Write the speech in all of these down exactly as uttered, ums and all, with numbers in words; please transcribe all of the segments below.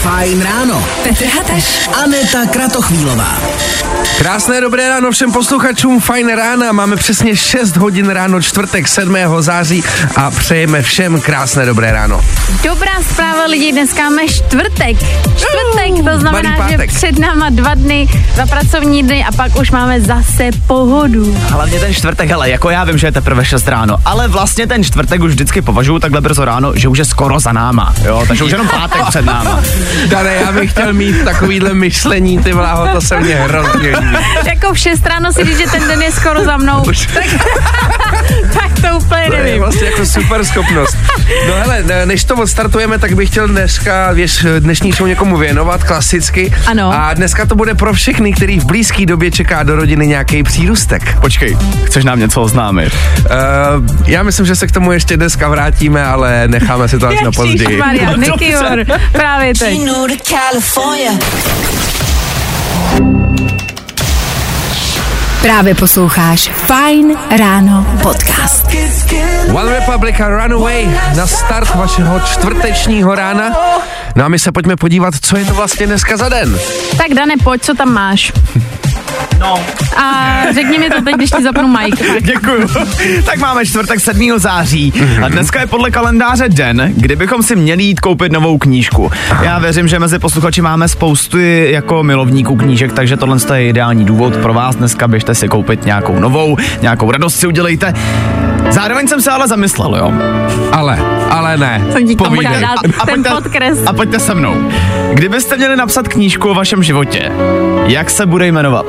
Fajn ráno. Petr Hateš. Aneta Kratochvílová. Krásné dobré ráno všem posluchačům Fajn rána. Máme přesně šest hodin ráno, čtvrtek sedmého září a přejeme všem krásné dobré ráno. Dobrá zpráva lidi, dneska máme čtvrtek. Čtvrtek, to znamená, že před náma dva dny, dva pracovní dny a pak už máme zase pohodu. Hlavně ten čtvrtek, hele, jako já vím, že je teprve šest ráno, ale vlastně ten čtvrtek už vždycky považuji takhle brzo ráno, že už je skoro za náma, jo, takže už jenom pátek před náma. Dane, já bych chtěl mít takovýhle myšlení, ty vláho, to se mě hrozně líbí. Jako v šest ráno si říct, že ten den je skoro za mnou. tak, tak to úplně nevím. To je vlastně jako super schopnost. No hele, než to odstartujeme, tak bych chtěl dneska, věř, dnešní show někomu věnovat, klasicky. Ano. A dneska to bude pro všechny, který v blízké době čeká do rodiny nějaký přírůstek. Počkej, chceš nám něco oznámit? Uh, já myslím, že se k tomu ještě dneska vrátíme, ale necháme si to až na později. Maria, Nikior, právě teď. Právě posloucháš Fajn ráno podcast. One Republic a Runaway na start vašeho čtvrtečního rána. No a my se pojďme podívat, co je to vlastně dneska za den. Tak Dane, pojď, co tam máš? No. A řekni mi to teď, když ti zapnu mic. Děkuju. Tak máme čtvrtek sedmého září a dneska je podle kalendáře den, kdy bychom si měli jít koupit novou knížku. Já věřím, že mezi posluchači máme spoustu jako milovníků knížek, takže tohle je ideální důvod pro vás. Dneska běžte si koupit nějakou novou, nějakou radost si udělejte. Zároveň jsem se ale zamyslel, jo. Ale, ale ne. Povídej. A, a, ten podkres. A pojďte se mnou. Kdybyste měli napsat knížku o vašem životě, jak se bude jmenovat?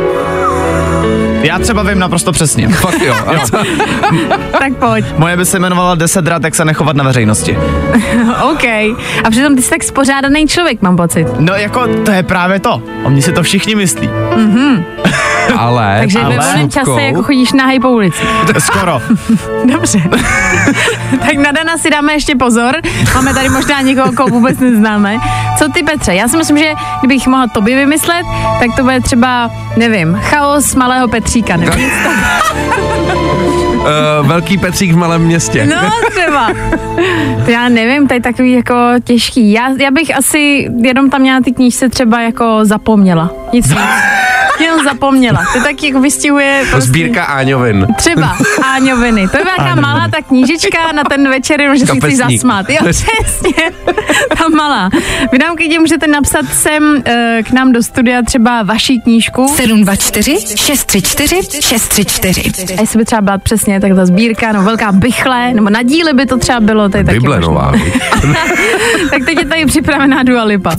Já třeba vím naprosto přesně. Fakt jo. jo. Tak pojď. Moje by se jmenovala deset rad, jak se nechovat na veřejnosti. OK. A přitom ty jsi tak spořádaný člověk, mám pocit. No jako, to je právě to. O mně si to všichni myslí. Mhm. Ale, takže ale, ve volném čase jako chodíš nahej po ulici. Skoro. Dobře. Tak na Dana si dáme ještě pozor. Máme tady možná někoho, koho vůbec neznáme. Co ty, Petře? Já si myslím, že kdybych mohla tobě vymyslet, tak to bude třeba, nevím, chaos malého Petříka, nebo nic tak. Uh, velký Petřík v malém městě. No třeba. To já nevím, to je takový jako těžký. Já, já bych asi jenom tam měla ty knížce třeba jako zapomněla. Nic víc. Jenom zapomněla. To taky jako vystihuje prostě... Sbírka Áňovin. Třeba Áňoviny. To je nějaká malá ta knížička na ten večer, že si chci zasmát. Jo, přesně. Ta malá. Vy nám klidně můžete napsat sem uh, k nám do studia třeba vaší knížku. sedm dva čtyři šest tři čtyři šest tři čtyři. A jestli by třeba byla přesně tak ta sbírka, no velká bychle, nebo na díly by to třeba bylo. To je taky Bible nová. Tak teď je tady připravená Dua Lipa.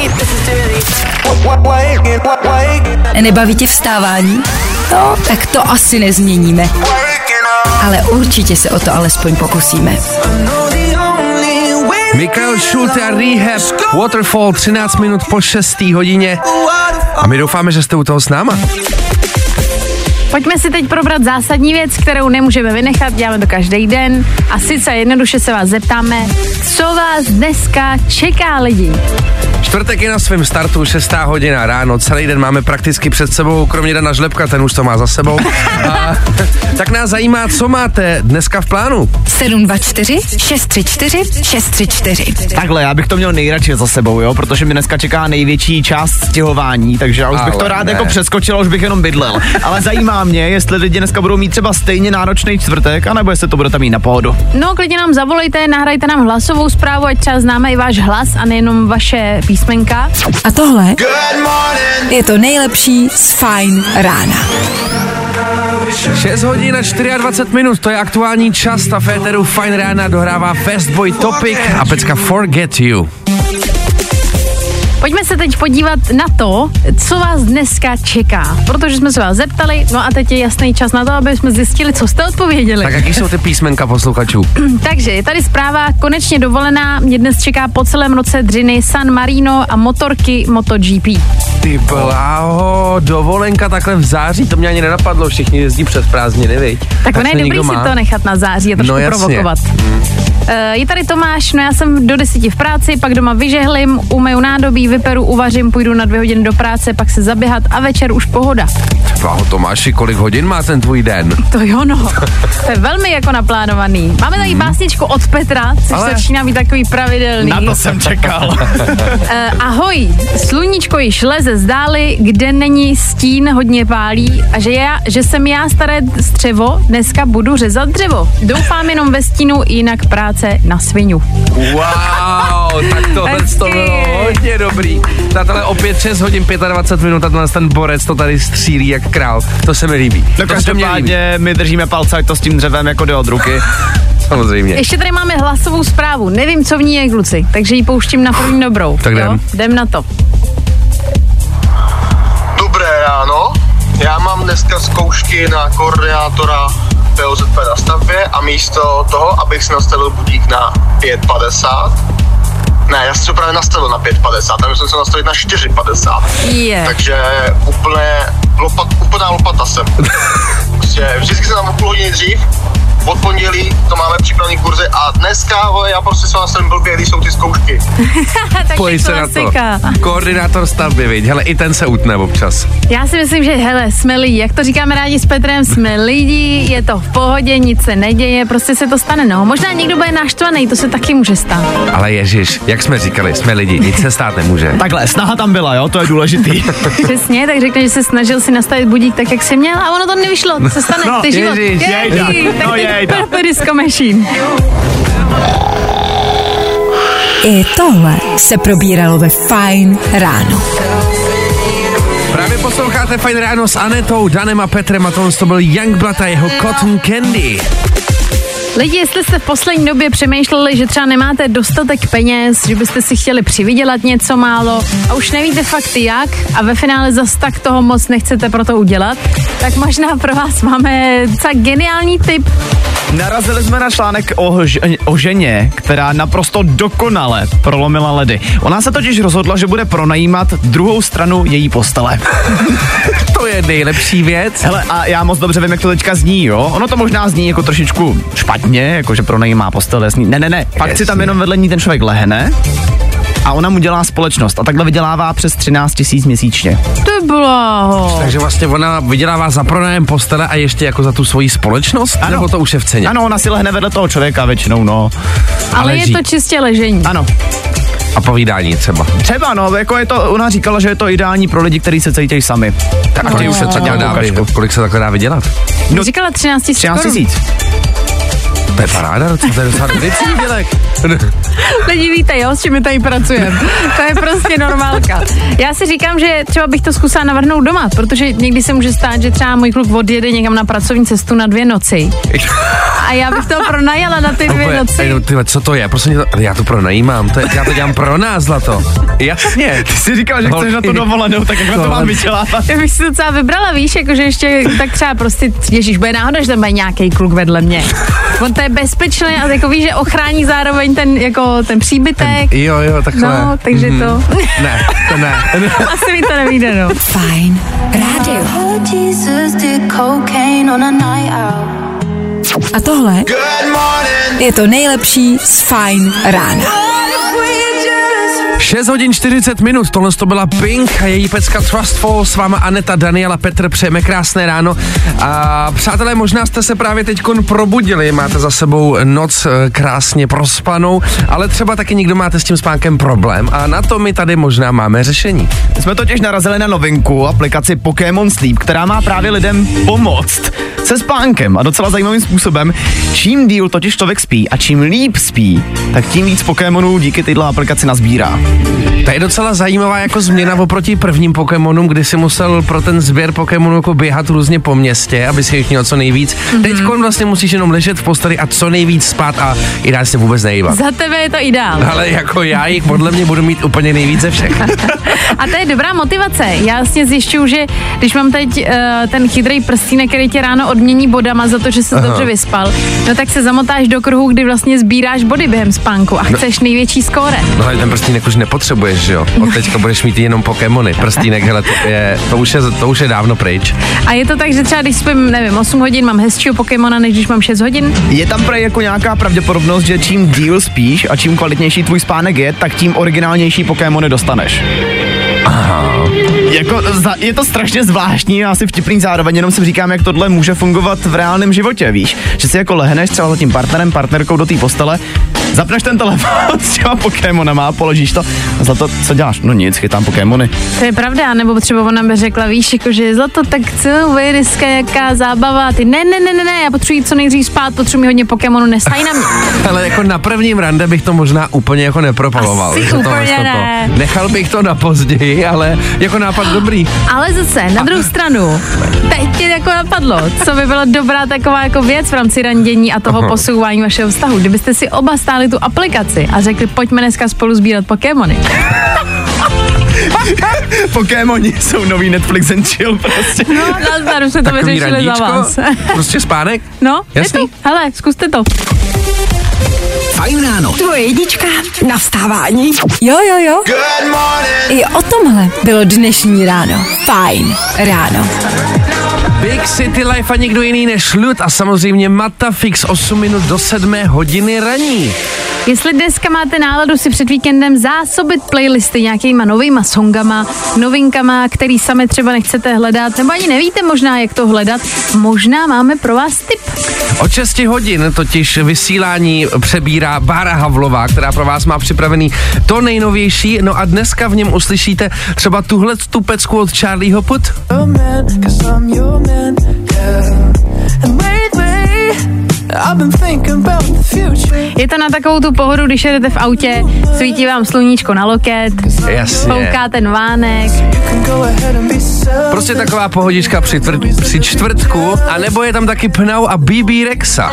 Nebaví tě vstávání? No, tak to asi nezměníme. Ale určitě se o to alespoň pokusíme. Michael Schulte a Rehab, Waterfall, třináct minut po šesté hodině. A my doufáme, že jste u toho s náma. Pojďme si teď probrat zásadní věc, kterou nemůžeme vynechat, děláme to každý den. A sice jednoduše se vás zeptáme, co vás dneska čeká, lidi. Čtvrtek je na svém startu, šestá hodina ráno, celý den máme prakticky před sebou, kromě Dana Žlebka, ten už to má za sebou. A, tak nás zajímá, co máte dneska v plánu. sedm dva čtyři šest tři čtyři šest tři čtyři. Takhle, já bych to měl nejradši za sebou, jo, protože mi dneska čeká největší část stěhování, takže já už bych Ale to rád ne. jako přeskočil, už bych jenom bydlel. Ale zajímá mě, jestli lidi dneska budou mít třeba stejně náročný čtvrtek, anebo jestli to budete mít na pohodu. No, klidně nám zavolejte, nahrajte nám hlasovou zprávu, ať třeba známe i váš hlas a nejenom vaše písmenka. A tohle je to nejlepší z Fajn rána. šest hodin a dvacet čtyři minut, to je aktuální čas, ta féteru Fajn rána dohrává Fastboy Topic a pecka Forget You. Pojďme se teď podívat na to, co vás dneska čeká, protože jsme se vás zeptali, no a teď je jasný čas na to, aby jsme zjistili, co jste odpověděli. Tak jaký jsou ty písmenka posluchačů? Takže je tady zpráva, konečně dovolená, mě dnes čeká po celém roce dřiny San Marino a motorky MotoGP. Ty bláho, dovolenka takhle v září, to mě ani nenapadlo, všichni jezdí přes prázdniny, viď? Tak ono je dobrý si to nechat na září a trošku no, provokovat. Hmm. Je tady Tomáš, no já jsem do deseti v práci, pak doma vyžehlím, umeju nádobí, vyperu, uvařím, půjdu na dvě hodiny do práce, pak se zaběhat a večer už pohoda. Blaho Tomáši, kolik hodin má ten tvůj den? To jo, no. To je velmi jako naplánovaný. Máme tady básničku od Petra, což Ale... začíná být takový pravidelný. Na to jsem čekal. uh, ahoj, sluníčko již leze z dály, kde není stín, hodně pálí a že, já, že jsem já staré střevo, dneska budu řezat dřevo. Doufám jenom ve stínu, jinak práce na svinu. Wow, tak tohle to bylo hodně dobrý. Tato opět šest hodin dvacet pět minut a tenhle ten borec to tady střílí jak král. To se mi líbí. No každopádně my držíme palce, ať to s tím dřevem jako jde od ruky. Samozřejmě. Ještě tady máme hlasovou zprávu. Nevím, co v ní je, kluci, takže ji pouštím na první dobrou. Tak jdem. Jo? Jdem na to. Dobré ráno. Já mám dneska zkoušky na koordinátora P O Z P na stavbě a místo toho, abych si nastavil budík na pět padesát, ne, já jsem to právě nastavil na pět padesát, tam jsem se nastavit na čtyři padesát. Yeah. Takže úplně lopat, úplná lopata jsem. Prostě vždycky se tam o půl hodiny dřív, od pondělí to máme připravený kurzy a dneska, ho, já prostě jsem jsem blbě, když jsou ty zkoušky. Pojď se na to. Koordinátor stavby, viď? Hele, i ten se utne občas. Já si myslím, že hele, jsme lidi, jak to říkáme rádi s Petrem, jsme lidi, je to v pohodě, nic se neděje, prostě se to stane, no. Možná někdo bude naštvaný, to se taky může stát. Ale ježiš, jak jsme říkali, jsme lidi, nic se stát nemůže. Takhle, snaha tam byla, jo, to je důležitý. Přesně, tak řekne, že se snažil si nastavit budík tak, jak si měl a ono to nevyšlo, co se stane, No, ty život. ježiš, jejda, no jejda. Purple Disco Machine. I tohle se probíralo ve Fajn ráno. Právě posloucháte Fajn ráno s Anetou, Danem a Petrem a tohle to byl Youngblood a jeho Cotton Candy. Lidi, jestli jste v poslední době přemýšleli, že třeba nemáte dostatek peněz, že byste si chtěli přivydělat něco málo a už nevíte fakt jak a ve finále zas tak toho moc nechcete pro to udělat, tak možná pro vás máme docela geniální tip. Narazili jsme na článek o, ž- o ženě, která naprosto dokonale prolomila ledy. Ona se totiž rozhodla, že bude pronajímat druhou stranu její postele. To je nejlepší věc. Hele, a já moc dobře vím, jak to teďka zní, jo? Ono to možná zní jako trošičku špatně, jakože pronajímá postel, jasný. Ne, ne, ne, fakt si tam jenom vedle ní ten člověk lehne a ona mu dělá společnost a takhle vydělává přes třináct tisíc měsíčně. To bylo. Takže vlastně ona vydělává za pronájem postele a ještě jako za tu svoji společnost? Ano. Nebo to už je v ceně? Ano, ona si lehne vedle toho člověka většinou, no. Ale Ale je ží. to čistě ležení. Ano. A povídání třeba. Třeba, no, jako je to, ona říkala, že je to ideální pro lidi, kteří se cítějí sami. Tak a kolik, už se se takhle dá, vy- kolik se takhle dá vydělat? No, Říkala třináct tisíc třináct korun. tisíc. To je paráda, to je docela dobrý přídělek. Lidi víte, jo, s čím my tady pracujeme. To je prostě normálka. Já si říkám, že třeba bych to zkusila navrhnout doma, protože někdy se může stát, že třeba můj kluk odjede někam na pracovní cestu na dvě noci. A já bych to pronajala na ty dvě noci. Ej, no, tyhle, co to je? Prosím, to, já to pronajímám, to je, já to dělám pro nás, zlato. Jasně. Ty jsi říkal, že chceš na tu dovolenou, tak jak na to mám vydělávat? Já bych si to docela vybrala, víš, jakože ještě tak třeba prostě, ježíš, bude náhoda, že tam bude nějaký kluk vedle mě. On to je bezpečný a jako víš, že ochrání zároveň ten, jako ten příbytek. Jo, jo, takhle. No, takže Mhm. to. Ne, to ne. Asi mi to nevíde, no. Fajn rádio. A tohle je to nejlepší z Fajn rána. šest hodin čtyřicet minut, tohle to byla Pink a její pecka Trustful, s váma Aneta, Daniela, Petr, přejeme krásné ráno. A přátelé, možná jste se právě teďkon probudili, máte za sebou noc e, krásně prospanou, ale třeba taky někdo máte s tím spánkem problém a na to my tady možná máme řešení. Jsme totiž narazili na novinku, aplikaci Pokémon Sleep, která má právě lidem pomoct se spánkem a docela zajímavým způsobem. Čím díl totiž člověk spí a čím líp spí, tak tím víc Pokémonů díky této aplikaci nazbírá. To je docela zajímavá jako změna oproti prvním Pokémonům, kdy si musel pro ten sběr Pokémonů jako běhat různě po městě, aby si jich měl co nejvíc. Mm-hmm. Teďkon vlastně musíš jenom ležet v posteli a co nejvíc spát a i dál se vůbec nejíbat. Za tebe je to ideál. Ale jako já jich podle mě budu mít úplně nejvíc ze všech. A to je dobrá motivace. Já vlastně zjišťuju, že když mám teď uh, ten chytrý prstínek, který tě ráno odmění bodama za to, že jsi dobře vyspal, no tak se zamotáš do kruhu, kdy vlastně sbíráš body během spánku a chceš největší skóre. No ale ten prstínek už nepotřebuješ, že jo? Od teďka budeš mít jenom Pokémony. Prstínek, hele, to, je, to, už je, to už je dávno pryč. A je to tak, že třeba když spím, nevím, osm hodin, mám hezčího Pokémona, než když mám šest hodin? Je tam prej jako nějaká pravděpodobnost, že čím díl spíš a čím kvalitnější tvůj spánek je, tak tím originálnější Pokémony dostaneš. Aha. Jako, je to strašně zvláštní a asi vtipný zároveň, jenom si říkám, jak tohle může fungovat v reálném životě, víš? Že si jako lehneš třeba za tím partnerem, partnerkou do té postele, zapneš ten telefon s těma Pokémonama, položíš to a Zlato, co děláš? No nic, chytám Pokémony. To je pravda, nebo třeba ona by řekla, víš, jakože Zlato, tak co, vy, dneska jaká zábava, ty ne, ne, ne, ne, ne, já potřebuji jít co nejdřív spát, potřebuji hodně Pokémonů, nestaj na mě. Ale jako na prvním rande bych to možná úplně jako nepropaloval. Asi to úplně to, ne. To. Nechal bych to na později, ale jako nápad dobrý. Ale zase, na druhou stranu, teď tě jako napadlo, co by byla dobrá taková jako věc v rámci randění a toho Aha. posouvání vašeho vztahu, kdybyste si oba stáli tu aplikaci a řekli, pojďme dneska spolu sbírat Pokémony. Pokémoni jsou nový Netflix and chill prostě. No, nazdar, už jsme to vyřešili za vás. Prostě spánek? No, jasný. Je to. Hele, zkuste to. Fajn ráno. Tvoje jednička na vstávání. Jo, jo, jo. Good morning. I o tomhle bylo dnešní ráno. Fajn ráno. Big City Life a někdo jiný než Lud a samozřejmě Matafix osm minut do sedmé hodiny raní. Jestli dneska máte náladu si před víkendem zásobit playlisty nějakýma novýma songama, novinkama, který sami třeba nechcete hledat, nebo ani nevíte možná, jak to hledat, možná máme pro vás tip. Od šesti hodin totiž vysílání přebírá Bára Havlová, která pro vás má připravený to nejnovější, no a dneska v něm uslyšíte třeba tuhle tu pecku od Charlieho Puth. Je to na takovou tu pohodu, když jedete v autě, svítí vám sluníčko na loket, Jasně. fouká ten vánek. Prostě taková pohodička při, tvr- při čtvrtku, a nebo je tam taky Pnau a B B Rexa.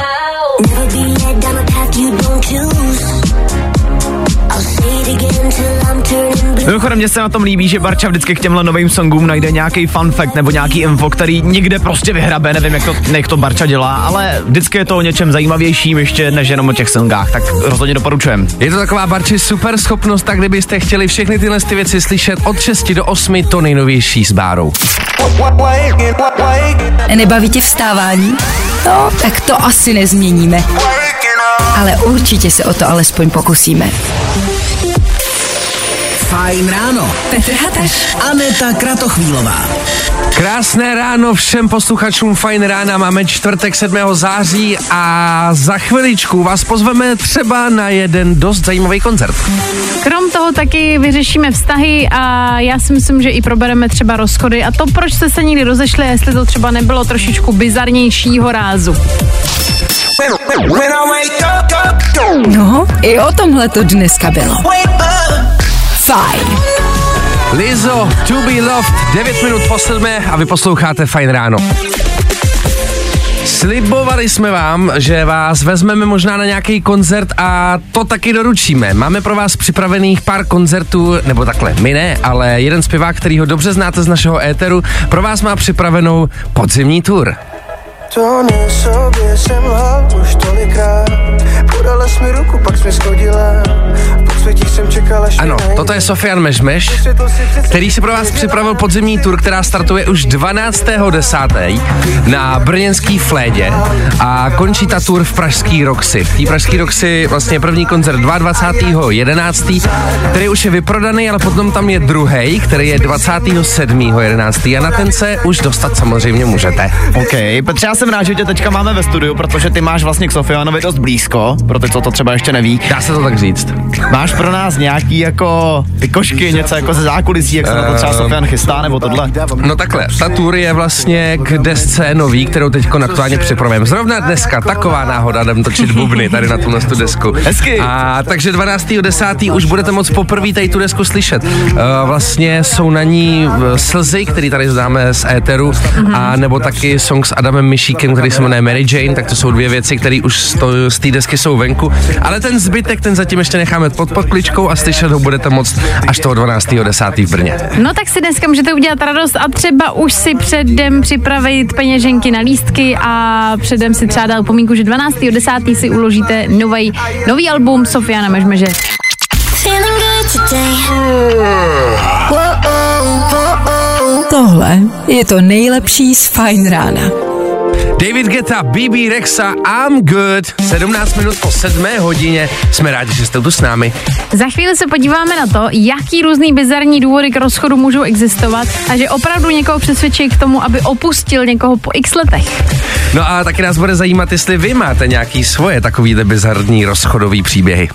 Mimochodem, mně se na tom líbí, že Barča vždycky k těmhle novým songům najde nějaký fun fact nebo nějaký info, který někde prostě vyhrabe, nevím, jak to, jak to Barča dělá, ale vždycky je to o něčem zajímavějším ještě než jenom o těch songách, tak rozhodně doporučujem. Je to taková Barči super schopnost, tak kdybyste chtěli všechny tyhle ty věci slyšet od šesti do osmi, to nejnovější s Bárou. Nebaví tě vstávání? No, tak to asi nezměníme. Ale určitě se o to alespoň pokusíme. Fajn ráno. Petr Hataš. Aneta Kratochvílová. Krásné ráno všem posluchačům Fajn rána, máme čtvrtek sedmého září a za chviličku vás pozveme třeba na jeden dost zajímavý koncert. Krom toho taky vyřešíme vztahy a já si myslím, že i probereme třeba rozchody a to, proč jste se někdy rozešli, jestli to třeba nebylo trošičku bizarnějšího rázu. No, i o tomhle to dneska bylo. Fajn. Lizzo, To Be Loved, devět minut po sedmé a vy posloucháte Fajn ráno. Slibovali jsme vám, že vás vezmeme možná na nějaký koncert a to taky doručíme. Máme pro vás připravených pár koncertů, nebo takhle, my ne, ale jeden zpěvák, který ho dobře znáte z našeho éteru, pro vás má připravenou podzimní tour. To ne sobě jsem lhal už tolikrát, podala jsi mi ruku, pak jsi mi schodila, v podsvětích jsem čekala. Ano, toto je Sofian Mežmeš, který si pro vás připravil podzimní tour, která startuje už dvanáctého desátého na brněnský Flédě a končí ta tour v pražský Roxy. V té pražský Roxy vlastně první koncert dvacátého jedenáctého který už je vyprodaný, ale potom tam je druhý, který je dvacátého sedmého jedenáctého a na ten se už dostat samozřejmě můžete. OK, Petře, já jsem rád, že tě teďka máme ve studiu, protože ty máš vlastně k Sofianovi dost blízko, pro ty, co to třeba ještě neví. Dá se to tak říct. Máš pro nás nějaký jako ty košky, něco jako ze zákulisí, jak se na to třeba Sofian chystá, nebo tohle? No takhle, ta tour je vlastně k desce nový, kterou teďko aktuálně připravujeme. Zrovna dneska, taková náhoda, jdem točit bubny tady na tuhle tu desku. Hezky. A takže dvanáctého desátého už budete moc poprvé tady tu desku slyšet. Uh, vlastně jsou na ní Slzy, který tady známe z éteru, mm-hmm. a nebo taky song s Adamem Mišíkem, který se jmenuje Mary Jane, tak to jsou dvě věci, které už z té desky jsou venku. Ale ten zbytek, ten zatím ještě necháme pod pokličkou a slyšet ho budete moct až toho dvanáctého desátého v Brně. No tak si dneska můžete udělat radost a třeba už si předem připravit peněženky na lístky a předem si třeba dát pomínku, že dvanáctého desátého si uložíte nový, nový album Sofiana Mežmeže. Tohle je to nejlepší z Fajn rána. David Guetta, B B Rexa, I'm good. sedmnáct minut po sedmé hodině. Jsme rádi, že jste tu s námi. Za chvíli se podíváme na to, jaký různý bizarní důvody k rozchodu můžou existovat a že opravdu někoho přesvědčí k tomu, aby opustil někoho po x letech. No a taky nás bude zajímat, jestli vy máte nějaký svoje takovýhle bizarní rozchodový příběhy.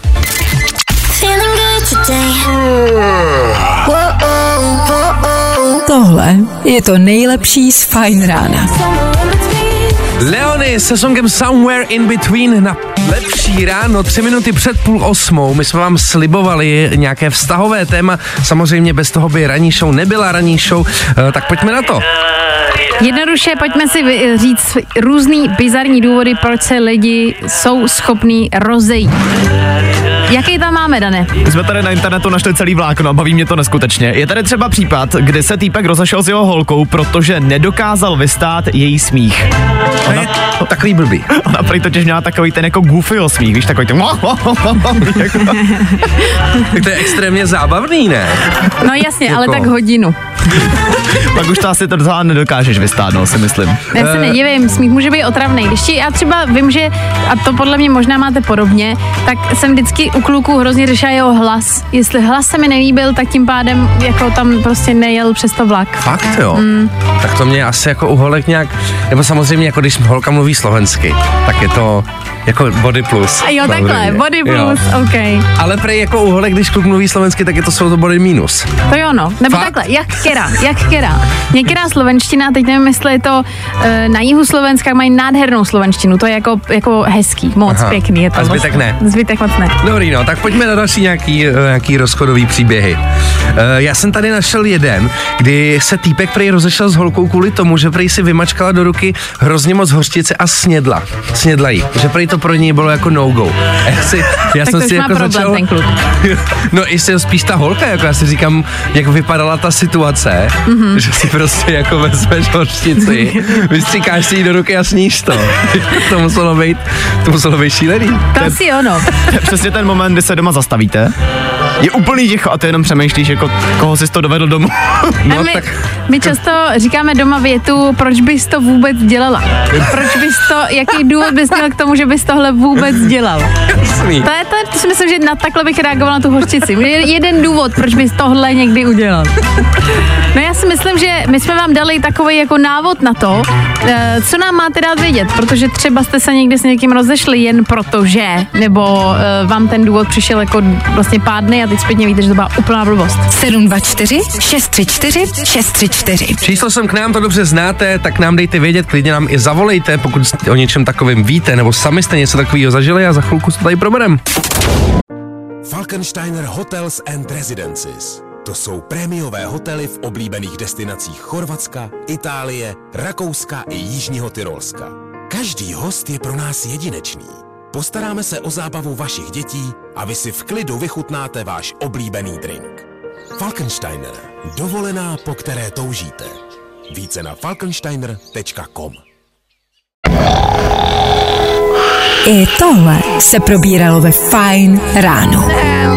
Tohle je to nejlepší z Fajn rána. Leony se songem Somewhere in Between na lepší ráno, tři minuty před půl osmou. My jsme vám slibovali nějaké vztahové téma, samozřejmě bez toho by ranní show nebyla ranní show, tak pojďme na to. Jednoduše pojďme si říct různý bizarní důvody, proč se lidi jsou schopní rozejít. Jaký tam máme, Dane? My jsme tady na internetu našli celý vlákno a baví mě to neskutečně. Je tady třeba případ, kdy se týpek rozešel s jeho holkou, protože nedokázal vystát její smích. Ona, to takový blbý. Ona prý totiž měla takový ten jako goofy smích, víš, takový ten... Tak to je extrémně zábavný, ne? No jasně, jako... ale tak hodinu. Pak už to asi to docela nedokážeš vystát, no, si myslím. Já se nedivím, smích může být otravný. Když ti, já třeba vím, že, a to podle mě možná máte podobně, tak jsem vždycky u kluků hrozně řešila jeho hlas. Jestli hlas se mi nelíbil, tak tím pádem jako tam prostě nejel přes to vlak. Fakt jo? Mm. Tak to mě asi jako u holek nějak, nebo samozřejmě jako když holka mluví slovensky, tak je to jako body plus. A jo, takhle, samozřejmě. Body plus, jo. OK. Ale prej jako u holek, když kluk mluví slovensky, tak je to jsou to body minus. To jo, no. Nebo Fakt? takhle, jak kera, jak kera. Některá slovenština, teď nevím, jestli je to e, na jihu Slovenska, mají nádhernou slovenštinu, to je jako, jako hezký, moc Aha. pěkný. Je to a zbytek ne? Zbytek moc ne. Dobrý, no, tak pojďme na další nějaký, nějaký rozchodový příběhy. E, já jsem tady našel jeden, kdy se týpek prej rozešel s holkou kvůli tomu, že prej si vymačkala do ruky hrozně moc hořčice a snědla. Snědla jí. Že prej to pro něj bylo jako no-go. Já, si, já tak jsem to si už jako má problém, začal... ten kluk. No i si spíš ta holka, jako já si říkám, jak vypadala ta situace, mm-hmm. že si prostě jako vezmeš hořčici, vystříkáš si ji do ruky a sníš to. to muselo být, to muselo být šílený. To asi ono. Přesně ten moment, kdy se doma zastavíte, je úplný ticho a ty jenom přemýšlíš, jako koho jsi to dovedl domů. No, my, tak... my často říkáme doma větu, proč bys to vůbec dělala? Proč bys to, jaký důvod bys měl k tomu, že bys tohle vůbec dělal? Jasný. To je to, to si myslím, že na takhle bych reagovala na tu hořčici. Je jeden důvod, proč bys tohle někdy udělal. No já si myslím, že my jsme vám dali takový jako návod na to, co nám máte dát vědět, protože třeba jste se někdy s někým rozešli jen protože, nebo vám ten důvod přišel jako vlastně pár dny a teď zpětně víte, že to byla úplná blbost. sedm dva čtyři šest tři čtyři šest tři čtyři. Číslo sem k nám, to dobře znáte, tak nám dejte vědět, klidně nám i zavolejte, pokud o něčem takovým víte, nebo sami jste něco takového zažili a za chvilku se tady proberem. Falkensteiner Hotels and Residences. To jsou prémiové hotely v oblíbených destinacích Chorvatska, Itálie, Rakouska i Jižního Tyrolska. Každý host je pro nás jedinečný. Postaráme se o zábavu vašich dětí a vy si v klidu vychutnáte váš oblíbený drink. Falkensteiner. Dovolená, po které toužíte. Více na falkensteiner tečka com. I tohle se probíralo ve Fajn ráno.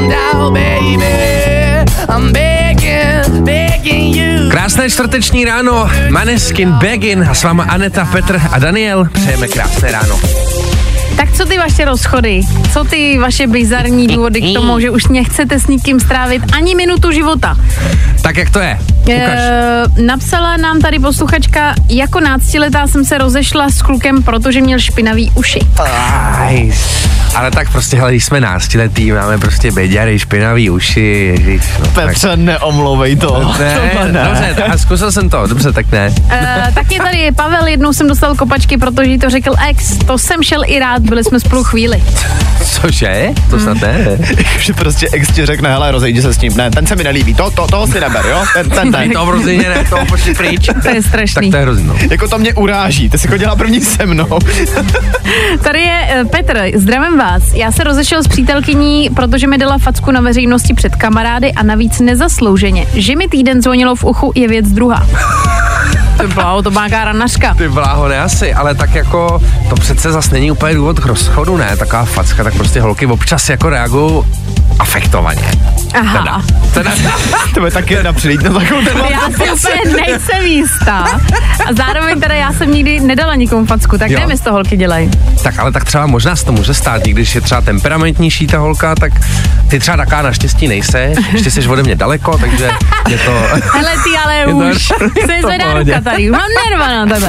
Krásné čtvrteční ráno, Maneskin, Begin a s váma Aneta, Petr a Daniel. Přejeme krásné ráno. Tak co ty vaše rozchody? Co ty vaše bizarní důvody k tomu, že už nechcete s nikým strávit ani minutu života? Tak jak to je? Ukaž. E, napsala nám tady posluchačka, jako náctiletá jsem se rozešla s klukem, protože měl špinavý uši. Aj, ale tak prostě, hele, když jsme náctiletý, máme prostě beďary, špinavý uši, ježiš, no, Petře, tak... neomlouvej to. Ne, ne. dobře, tak, zkusil jsem to, dobře, tak ne. E, tak je tady Pavel, jednou jsem dostal kopačky, protože jí to řekl ex, to jsem šel i rád, byli jsme spolu chvíli. Cože? To snad ne. Že prostě ex ti řekne, hele, rozejdi se s ním, ne, ten se mi nelíbí, to, to, toho si neber, jo, ten, ten, ten. To v rozině ne, toho pošli pryč. To je strašný. Tak to je hrozný, no. Jako to mě uráží, ty jsi chodila první se mnou. Tady je Petr, zdravím vás. Já se rozešel s přítelkyní, protože mi dala facku na veřejnosti před kamarády a navíc nezaslouženě. Že mi týden zvonilo v uchu, je věc druhá. Ty bláho, to má kára naška. Ty bláho, ne asi, ale tak jako to přece zas není úplně důvod k rozchodu, ne? Taková facka, tak prostě holky občas jako reagují afektovaně. Aha. Teda, teda, to je taky jedna přijít na takovou ten Já si úplně nejsem jistá. A zároveň teda já jsem nikdy nedala nikomu facku, tak jo. Nevím, jestli to holky dělají. Tak ale tak třeba možná se to může stát, když je třeba temperamentnější ta holka, tak ty třeba taká naštěstí nejseš, ještě jsi ode mě daleko, takže je to... Hele ty ale už, se zvedá ruka tady, mám nerva na tebe.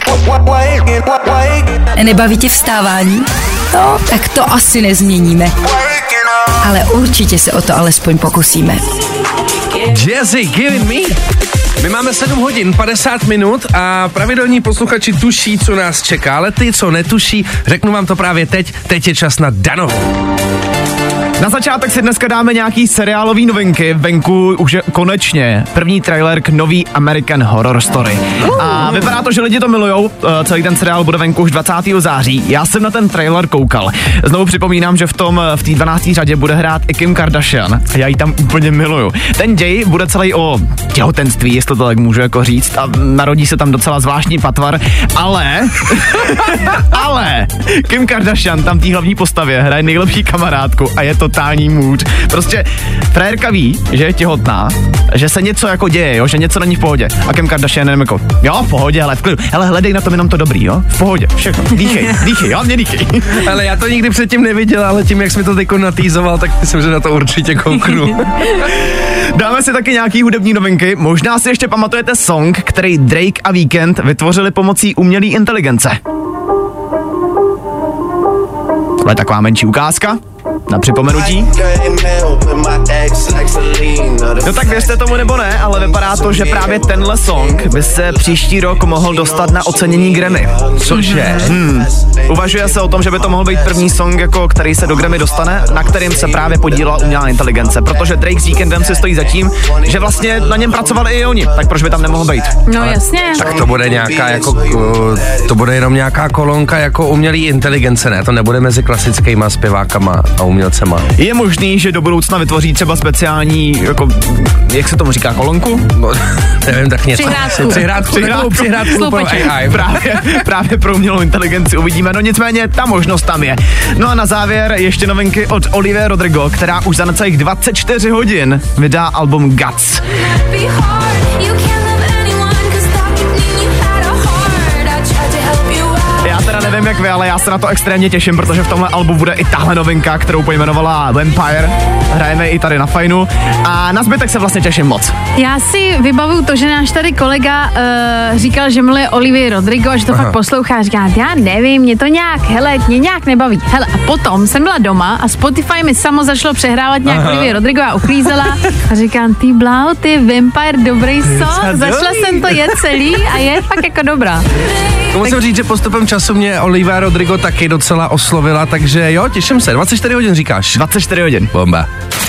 Nebaví tě vstávání? No, tak to asi nezměníme. Ale určitě se o to alespoň pokusíme. Jazzy, give it me. My máme sedm hodin, padesát minut a pravidelní posluchači tuší, co nás čeká, ale ty, co netuší, řeknu vám to právě teď, teď je čas na Danovu. Na začátek si dneska dáme nějaký seriálový novinky, venku už je konečně první trailer k nový American Horror Story. A vypadá to, že lidi to milujou, celý ten seriál bude venku už dvacátého září. Já jsem na ten trailer koukal. Znovu připomínám, že v tom v té dvanácté řadě bude hrát i Kim Kardashian a já ji tam úplně miluju. Ten děj bude celý o těhotenství, jestli to tak můžu jako říct, a narodí se tam docela zvláštní patvar, ale ale Kim Kardashian tam té hlavní postavě hraje nejlepší kamarádku a je totální mood. Prostě frérka ví, že je těhotná, že se něco jako děje, jo, že něco není v pohodě. A Kim Kardashian jenom jako, jo, v pohodě, ale v klidu. Hele, hledej na tom jenom to dobrý, jo, v pohodě, všechno, dýchej, dýchej, jo, mě dýchej. Ale já to nikdy předtím neviděl, ale tím, jak jsi mi to teďko natýzoval, tak myslím, že na to určitě kouknu. Dáme si taky nějaký hudební novinky. Možná si ještě pamatujete song, který Drake a Weekend vytvořili pomocí umělé inteligence. To je taková menší ukázka na připomenutí. No tak věřte tomu nebo ne, ale vypadá to, že právě tenhle song by se příští rok mohl dostat na ocenění Grammy. Cože? Hmm. Uvažuje se o tom, že by to mohl být první song, jako který se do Grammy dostane, na kterým se právě podílela umělá inteligence, protože Drake s Weekendem si stojí za tím, že vlastně na něm pracovali i oni, tak proč by tam nemohl být? No ale jasně. Tak to bude nějaká jako, to bude jenom nějaká kolonka jako umělý inteligence, ne? To nebude mezi klasickýma zpěvákama a umělcema. Je možný, že do budoucna vytvoří třeba speciální, jako, jak se tomu říká, kolonku? No, nevím, tak něco. Přihrádku. Přihrádku. Přihrádku. Přihrádku pro A I. Právě, právě pro umělou inteligenci uvidíme, no nicméně ta možnost tam je. No a na závěr ještě novinky od Olivia Rodrigo, která už za necelých dvacet čtyři hodin vydá album Guts. Já teda nevím jak vy, ale já se na to extrémně těším, protože v tomhle albu bude i tahle novinka, kterou pojmenovala Vampire. Hrajeme i tady na Fajnu a na zbytek se vlastně těším moc. Já si vybavuju to, že náš tady kolega uh, říkal, že miluje Olivia Rodrigo a že to Aha. fakt poslouchá. Říká, já nevím, mě to nějak, hele, mě nějak nebaví. Hele, a potom jsem byla doma a Spotify mi samo začalo přehrávat nějak Aha. Olivia Rodrigo a uklízela a říkám, ty blau, ty Vampire, dobrý song. Začala jsem to jet celý a je fakt jako dobrá. To musím říct, že postupem času mě Olivia Rodrigo taky docela oslovila, takže jo, těším se. dvacet čtyři hodin říkáš? dvacet čtyři hodin. Bomba.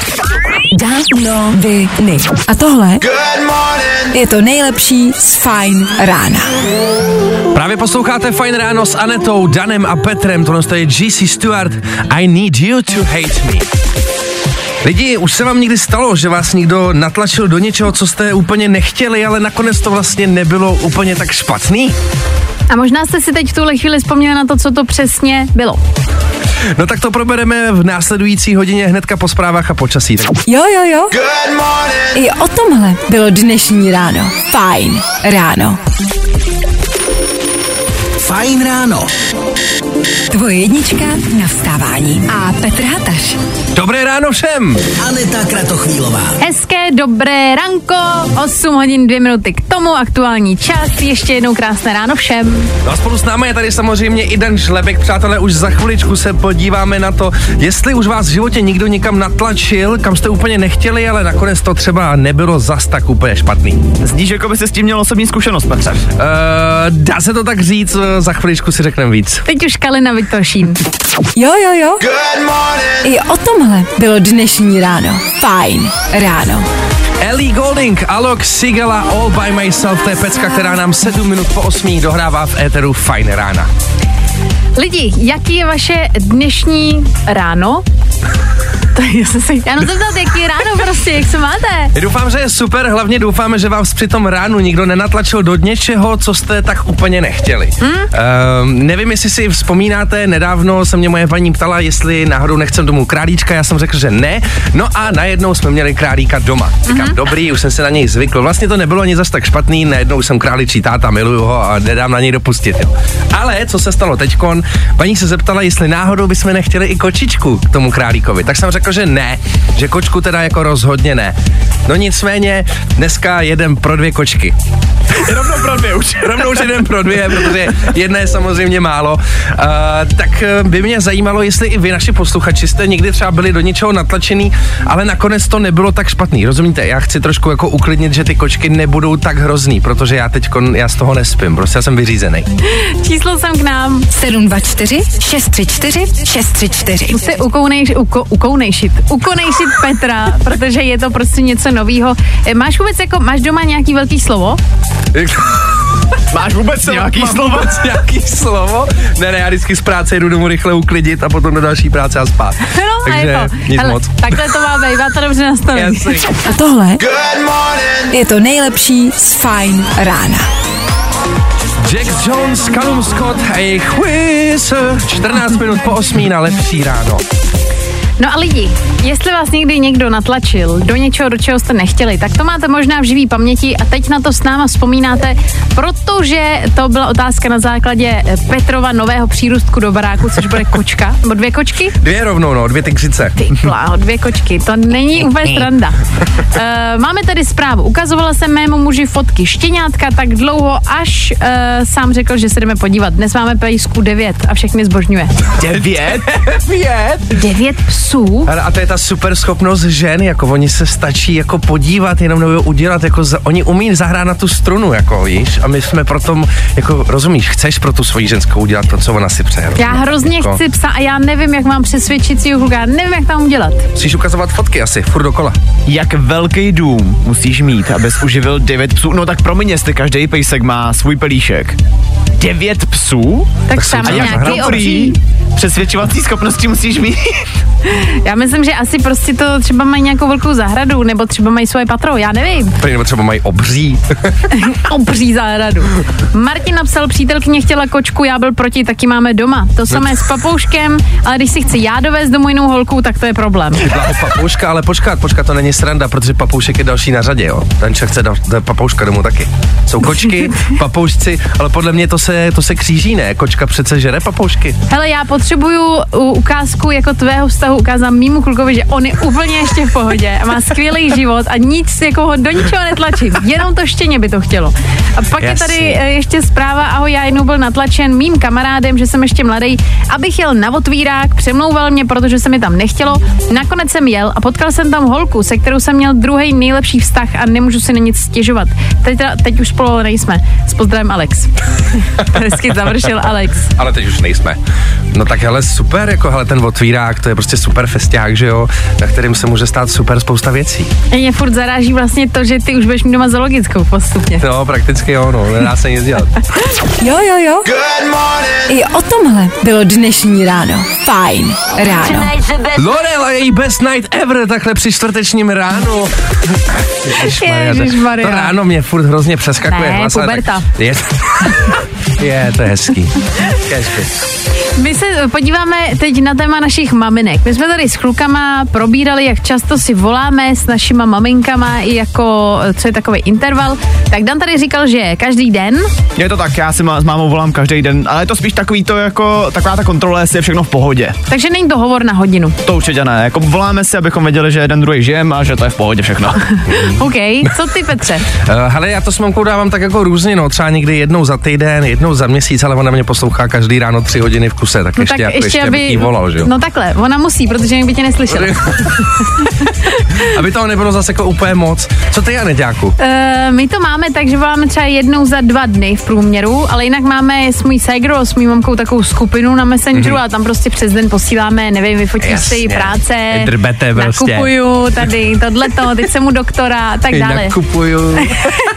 Danoviny. A tohle je to nejlepší z Fajn rána. Právě posloucháte Fajn ráno s Anetou, Danem a Petrem. Tohle je G C Stewart. I need you to hate me. Lidi, už se vám někdy stalo, že vás někdo natlačil do něčeho, co jste úplně nechtěli, ale nakonec to vlastně nebylo úplně tak špatný? A možná jste si teď v tuhle chvíli vzpomněli na to, co to přesně bylo. No tak to probereme v následující hodině hnedka po zprávách a počasí. Jo, jo, jo. I o tomhle bylo dnešní ráno. Fajn ráno. Fajn ráno. Tvoje jednička na vstávání. A Petr Hataš. Dobré ráno všem. Aneta Kratochvílová. Hezké, dobré ranko, osm hodin dvě minuty k tomu, aktuální čas, ještě jednou krásné ráno všem. No a spolu s námi je tady samozřejmě i Dan Žlebek, přátelé, už za chviličku se podíváme na to, jestli už vás v životě někdo někam natlačil, kam jste úplně nechtěli, ale nakonec to třeba nebylo zas tak úplně špatný. Zníš, jako by si s tím měl osobní zkušenost, Petře. Uh, dá se to tak říct, za chviličku si řekneme víc. Teď už Kalina Viktoršín. Jo, jo, jo. I o tomhle bylo dnešní ráno. Fajn ráno. Ellie Goulding, Alok, Sigala, All by Myself, to je pecka, která nám sedm minut po osmí dohrává v éteru Fajn rána. Lidi, jaký je vaše dnešní ráno? To je zase, já jenom zeptat, jaký je ráno prostě, jak se máte? Doufám, že je super, hlavně doufáme, že vás při tom ránu nikdo nenatlačil do něčeho, co jste tak úplně nechtěli. Hmm? Uh, nevím, jestli si vzpomínáte, nedávno se mě moje paní ptala, jestli náhodou nechcem domů králíčka, já jsem řekl, že ne, no a najednou jsme měli králíka doma. Říkám, hmm. dobrý, už jsem se na něj zvykl, vlastně to nebylo ani zas tak špatný, najednou jsem králičí táta, miluju ho a nedám na něj dopustit. Jo. Ale co se stalo teďkon, paní se zeptala, jestli náhodou bychom nechtěli i kočičku k tomu králíkovi, tak jsem řekl, že ne, že kočku teda jako rozhodně ne. No nicméně, dneska jedem pro dvě kočky. Rovnou pro dvě už. Rovnou už jedem pro dvě, protože jedna je samozřejmě málo. Uh, tak by mě zajímalo, jestli i vy, naši posluchači, jste někdy třeba byli do něčeho natlačený, ale nakonec to nebylo tak špatný. Rozumíte? Já chci trošku jako uklidnit, že ty kočky nebudou tak hrozný, protože já teď já z toho nespím, prostě já jsem vyřízený. Číslo sem k nám. sedm dva čtyři šest tři čtyři šest tři čtyři. Musíte ukounejš, uko, ukounejšit, ukonejšit Petra, protože je to prostě něco novýho. Máš vůbec jako, máš doma nějaký velký slovo? Máš vůbec nějaký Mám slovo? Vůbec nějaký slovo? Ne, ne, já vždycky z práce jdu domů rychle uklidit a potom do další práce a spát. No, takže a je to. nic Hele, moc. takhle to má být, má to dobře nastavit. A tohle je to nejlepší z Fajn rána. Jack Jones, Callum Scott a jejich Whistle. čtrnáct minut po osmí na Lepší ráno. No a lidi, jestli vás někdy někdo natlačil do něčeho, do čeho jste nechtěli, tak to máte možná v živý paměti a teď na to s náma vzpomínáte, protože to byla otázka na základě Petrova nového přírůstku do baráku, což bude kočka, nebo dvě kočky? Dvě rovnou, no, dvě tygřice. Ty pláho, dvě kočky, to není úplně sranda. Uh, máme tady zprávu, ukazovala jsem mému muži fotky štěňátka tak dlouho, až uh, sám řekl, že se jdeme podívat. Dnes máme pejsku devět a všechny zbožňuje. Devět? Devět? Devět psů? Ale a to je ta super schopnost žen, jako oni se stačí jako podívat, jenom nebo udělat, jako za, oni umí zahrát na tu strunu, jako víš, a my jsme proto, jako rozumíš, chceš pro tu svoji ženskou udělat to, co ona si přeje. Já hrozně jako. chci psa a já nevím, jak mám přesvědčit si já nevím, jak tam udělat. Musíš ukazovat fotky asi, furt dokola. Jak velký dům musíš mít, abys uživil devět psů? No tak promiň, jestli každý pejsek má svůj pelíšek. Devět psů? Tak, Tak tam jsou nějaký obří. Přesvědčovací schopnosti musíš mít. Já myslím, že asi prostě to třeba mají nějakou velkou zahradu, nebo třeba mají svoje patro, já nevím. Nebo třeba mají obří. Obří zahradu. Martin napsal, přítelkyně chtěla kočku, já byl proti, taky máme doma. To samé s papouškem, ale když si chci já dovést domů jinou holku, tak to je problém. Blaho papouška, ale počkat, počkat, to není sranda, protože papoušek je další na řadě, jo. Ten člověk chce dal, papouška domů taky. Jsou kočky, papoušci, ale podle mě to se, to se kříží, ne? Kočka přece žere papoušky. Hele, já potřebuju ukázku jako tvého vztahu ukázat mýmu klukovi, že on je úplně ještě v pohodě a má skvělý život a nic jako ho do ničeho netlačím. Jenom to štěně by to chtělo. A pak Jasně. je tady ještě zpráva, ahoj, já jednou byl natlačen mým kamarádem, že jsem ještě mladý, abych jel na otvírák, přemlouval mě, protože se mi tam nechtělo. Nakonec jsem jel a potkal jsem tam holku, se kterou jsem měl druhý nejlepší vztah a nemůžu si na nic stěžovat. Teď, teď už spolu nejsme. S pozdravem Alex. Hezky završil Alex. Ale teď už nejsme. No tak hele, super, jako hele, ten otvírák, to je prostě super festiák, že jo, na kterým se může stát super spousta věcí. Mě furt zaráží vlastně to, že ty už budeš mít doma zoologickou postupně. No, prakticky jo, no, nedá se nic dělat. Jo, jo, jo. I o tomhle bylo dnešní ráno. Fajn ráno. Lorel a její best night ever, takhle při čtvrtečním ránu. Ježišmarja, Ježišmarja. to ráno mě furt hrozně přeskakuje. Ne, hlasa, puberta. Tak, je, je, to je hezký. Hezký. My se podíváme teď na téma našich maminek. My jsme tady s klukama probírali, jak často si voláme s našima maminkama, i jako, co je takový interval. Tak Dan tady říkal, že každý den. Je to tak, já si má, s mámou volám každý den, ale je to spíš takový to jako, taková ta kontrola, jestli je všechno v pohodě. Takže není to hovor na hodinu. To určitě ne, jako voláme si, abychom věděli, že jeden druhý žijeme a že to je v pohodě všechno. OK, co ty, Petře? Uh, hele, já to s mamkou dávám tak jako různě, no, třeba někdy jednou za týden, jednou za měsíc, ale ona mě poslouchá každý ráno tři hodiny v kuse, tak No ještě, tak jako, ještě, ještě aby, abych jí volal, že jo? No takhle, ona musí, protože jinak by tě neslyšela. Aby toho nebylo zase jako úplně moc. Co ty, Janeťáku? Uh, my to máme tak, že voláme třeba jednou za dva dny v průměru, ale jinak máme s mojí ségrou, s mojí mamkou takovou skupinu na Messengeru mm-hmm. a tam prostě přes den posíláme, nevím, vyfotíš si práce, drbete prostě. Nakupuju tady tohleto, teď jsem u doktora a tak dále. Nakupuju.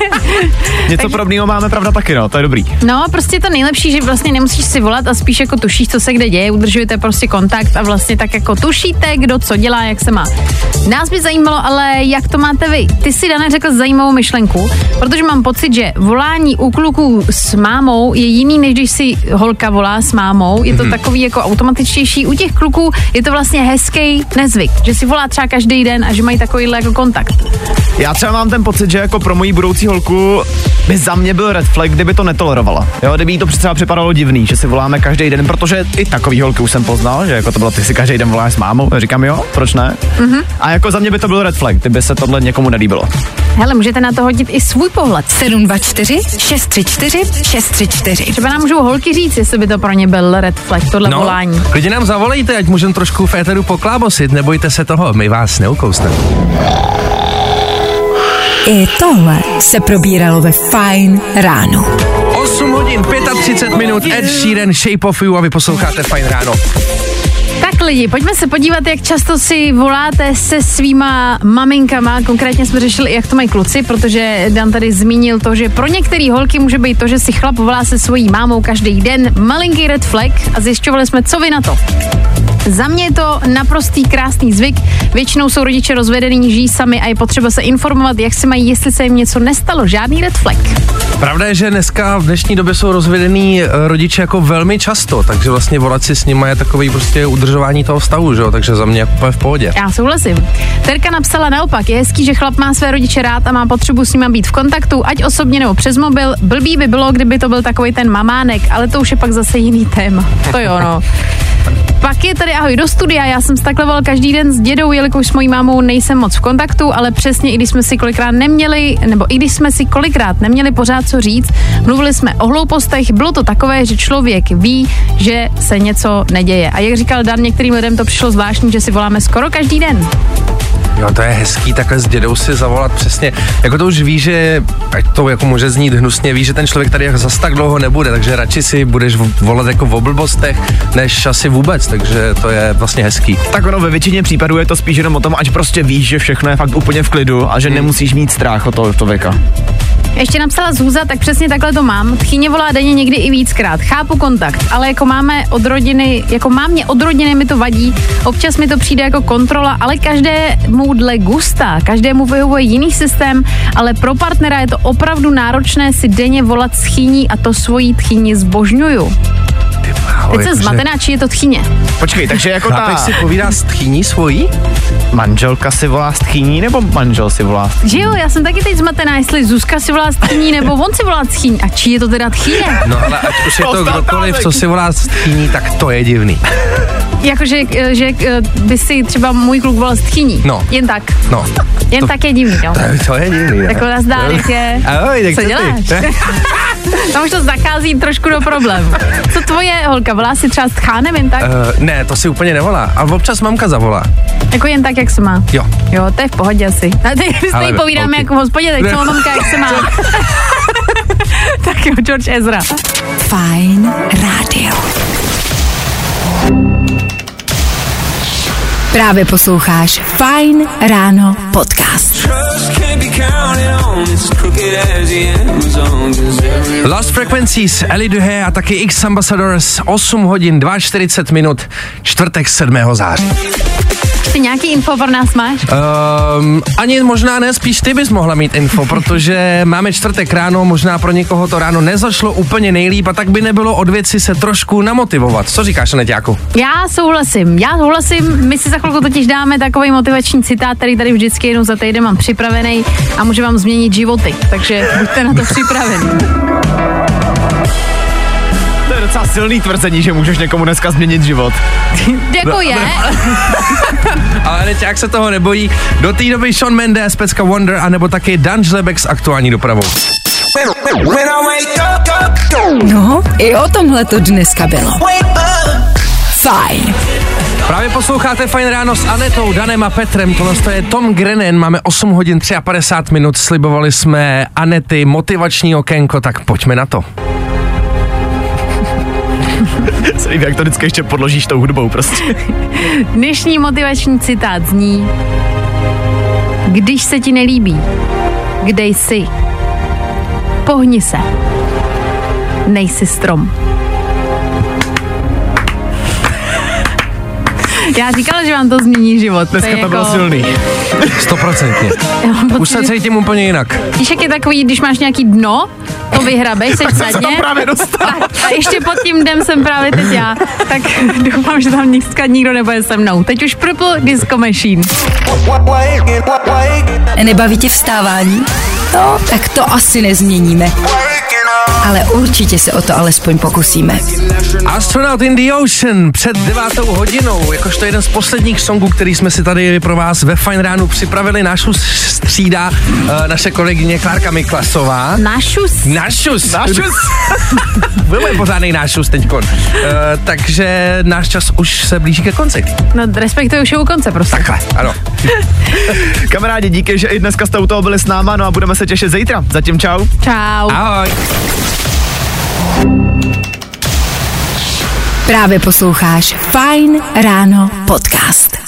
Něco podobného máme, pravda, taky, no, to je dobrý. No, prostě to nejlepší, že vlastně nemusíš si volat a spíš jako tu tušíš, co se kde děje, udržujete prostě kontakt a vlastně tak jako tušíte, kdo co dělá, jak se má. Nás by zajímalo, ale jak to máte vy? Ty si, Dane, řekl zajímavou myšlenku, protože mám pocit, že volání u kluků s mámou je jiný, než když si holka volá s mámou. Je to mm-hmm. takový jako automatičtější. U těch kluků je to vlastně hezký nezvyk, že si volá třeba každý den a že mají takovýhle jako kontakt. Já třeba mám ten pocit, že jako pro moji budoucí holku by za mě byl red flag, kdyby to netolerovala. Jo, kdyby jí to třeba připadalo divný, že si voláme každý den, protože i takový holky už jsem poznal, že jako to bylo, ty si každý den voláš s mámou. Já říkám, jo, proč ne? Mm-hmm. A jako za mě by to byl red flag, kdyby se tohle někomu nelíbilo. Hele, můžete na to hodit i svůj pohled. sedm dva čtyři šest tři čtyři šest tři čtyři. Třeba nám můžou holky říct, jestli by to pro ně byl red flag, tohle no, volání. Klidně nám zavolejte, ať můžeme trošku v éteru poklábosit, nebojte se toho, my vás neukousneme. I tohle se probíralo ve Fajn ráno. osm hodin třicet pět minut, Ed Sheeran, Shape of You a vy posloucháte Fajn ráno. Tak lidi, pojďme se podívat, jak často si voláte se svýma maminkama. Konkrétně jsme řešili, jak to mají kluci, protože Dan tady zmínil to, že pro některé holky může být to, že si chlap volá se svojí mámou každý den. Malinký red flag a zjišťovali jsme, co vy na to. Za mě je to naprostý krásný zvyk. Většinou jsou rodiče rozvedení, žijí sami a je potřeba se informovat, jak se mají, jestli se jim něco nestalo. Žádný red flag. Pravda je, že dneska v dnešní době jsou rozvedený rodiče jako velmi často, takže vlastně volat si s nimi je takový prostě udržování toho vztahu, že jo? Takže za mě jako v pohodě. Já souhlasím. Terka napsala naopak, je hezký, že chlap má své rodiče rád a má potřebu s nimi být v kontaktu, ať osobně nebo přes mobil. Blbý by bylo, kdyby to byl takový ten mamánek, ale to už je pak zase jiný téma. To jo, no. Pak je tady ahoj do studia, já jsem stakleval každý den s dědou, jelikož s mojí mámou nejsem moc v kontaktu, ale přesně i když jsme si kolikrát neměli, nebo i když jsme si kolikrát neměli pořád co říct, mluvili jsme o hloupostech, bylo to takové, že člověk ví, že se něco neděje. A jak říkal Dan, některým lidem to přišlo zvláštní, že si voláme skoro každý den. Jo, to je hezký, takhle s dědou si zavolat přesně. Jako to už ví, že, ať to jako může znít hnusně, ví, že ten člověk tady zas tak dlouho nebude, takže radši si budeš volat jako v oblbostech, než asi vůbec, takže to je vlastně hezký. Tak ono ve většině případů je to spíš jenom o tom, ať prostě víš, že všechno je fakt úplně v klidu a že hmm. nemusíš mít strach o toho člověka. Ještě napsala Zůza, tak přesně takhle to mám. Tchýně volá denně někdy i víckrát. Chápu kontakt, ale jako máme od rodiny, jako mámě od rodiny mi to vadí. Občas mi to přijde jako kontrola, ale každému dle gusta, každému vyhovuje jiný systém, ale pro partnera je to opravdu náročné si denně volat s tchýní a to svojí tchýni zbožňuju. Teď jsem zmatená, či je to tchýně. Počkej, takže jako ta... si povídá s tchýní svojí? Manželka si volá s tchýní, nebo manžel si volá s tchýní? Že jo, já jsem taky teď zmatená, jestli Zuzka si volá s tchýní, nebo on si volá s tchýní. A či je to teda tchýně? No ale ať už je to kdokoliv, co si volá s tchýní, tak to je divný. Jakože že by si třeba můj kluk volal s tchýní. No. Jen tak. No. Jen to, tak je divný, jo. To, to je divný, tak ona zdá, jak je. Ahoj, tak co děláš? Tam už to zachází trošku do problému. Co tvoje holka, volá si třeba s tchánem jen tak? Uh, ne, to si úplně nevolá, ale občas mamka zavolá. Jako jen tak, jak se má? Jo. Jo, to je v pohodě asi. A teď si tady povídáme okay. jako v hospodě, tak co mamka, jak se má? Tak jo, George Ezra. Fajn rádio. Právě posloucháš Fajn ráno podcast. Lost Frequencies, Ellie Duhé a taky X Ambassadors, osm hodin čtyřicet dva minut, čtvrtek sedmého září. Ty nějaký info pro nás máš? Um, ani možná ne, spíš ty bys mohla mít info, protože máme čtvrtek ráno, možná pro někoho to ráno nezašlo úplně nejlíp a tak by nebylo od věci se trošku namotivovat. Co říkáš, Aneťáku? Já souhlasím, já souhlasím, my si za chvilku totiž dáme takový motivační citát, který tady vždycky jednou za týden mám připravený a může vám změnit životy, takže buďte na to připraveni. To je docela silný tvrzení, že můžeš někomu dneska změnit život. Jako je. Ale Aneťák se toho nebojí. Do té doby Shawn Mendes, pecka Wonder, anebo taky Dan Žlebek s aktuální dopravou. No, i o tomhle to dneska bylo. Fajn. Právě posloucháte Fajn ráno s Anetou, Danem a Petrem. Tohle je Tom Grennan, máme osm hodin padesát tři minut, slibovali jsme Anety motivační okénko, tak pojďme na to. Celý, jak to vždycky ještě podložíš tou hudbou prostě. Dnešní motivační citát zní: když se ti nelíbí, kde jsi, pohni se, nejsi strom. Já říkala, že vám to změní život. Dneska to, to jako... bylo silný. Stoprocentně. Už se cítím úplně jinak. Víš, jak je takový, když máš nějaký dno, to vyhrabeš, seš na dně. právě dostal. Tak, a ještě pod tím dnem jsem právě teď já. Tak doufám, že tam dneska nikdo nebude se mnou. Teď už Purple Disco Machine. Nebaví tě vstávání? No, tak to asi nezměníme. Ale určitě se o to alespoň pokusíme. Astronaut in the Ocean před devátou hodinou, jakožto jeden z posledních songů, který jsme si tady pro vás ve Fajn ránu připravili. Nášu střídá uh, naše kolegyně Klárka Miklasová. Nášus. Nášus. Nášus. Byl pořádnej nášus teďkon. Uh, takže náš čas už se blíží ke konci. No, respektuju už je u konce, prostě. Takhle, ano. Kamarádi, díky, že i dneska jste u toho byli s náma, no a budeme se těšit zítra. Zatím čau. Čau. Ahoj. Právě posloucháš Fajn ráno podcast.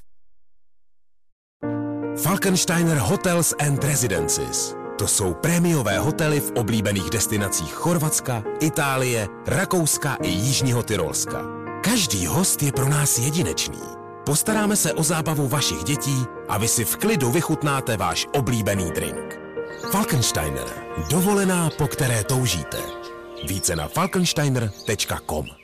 Falkensteiner Hotels and Residences. To jsou prémiové hotely v oblíbených destinacích Chorvatska, Itálie, Rakouska i Jižního Tyrolska. Každý host je pro nás jedinečný. Postaráme se o zábavu vašich dětí a vy si v klidu vychutnáte váš oblíbený drink. Falkensteiner. Dovolená, po které toužíte. Více na falkensteiner tečka com.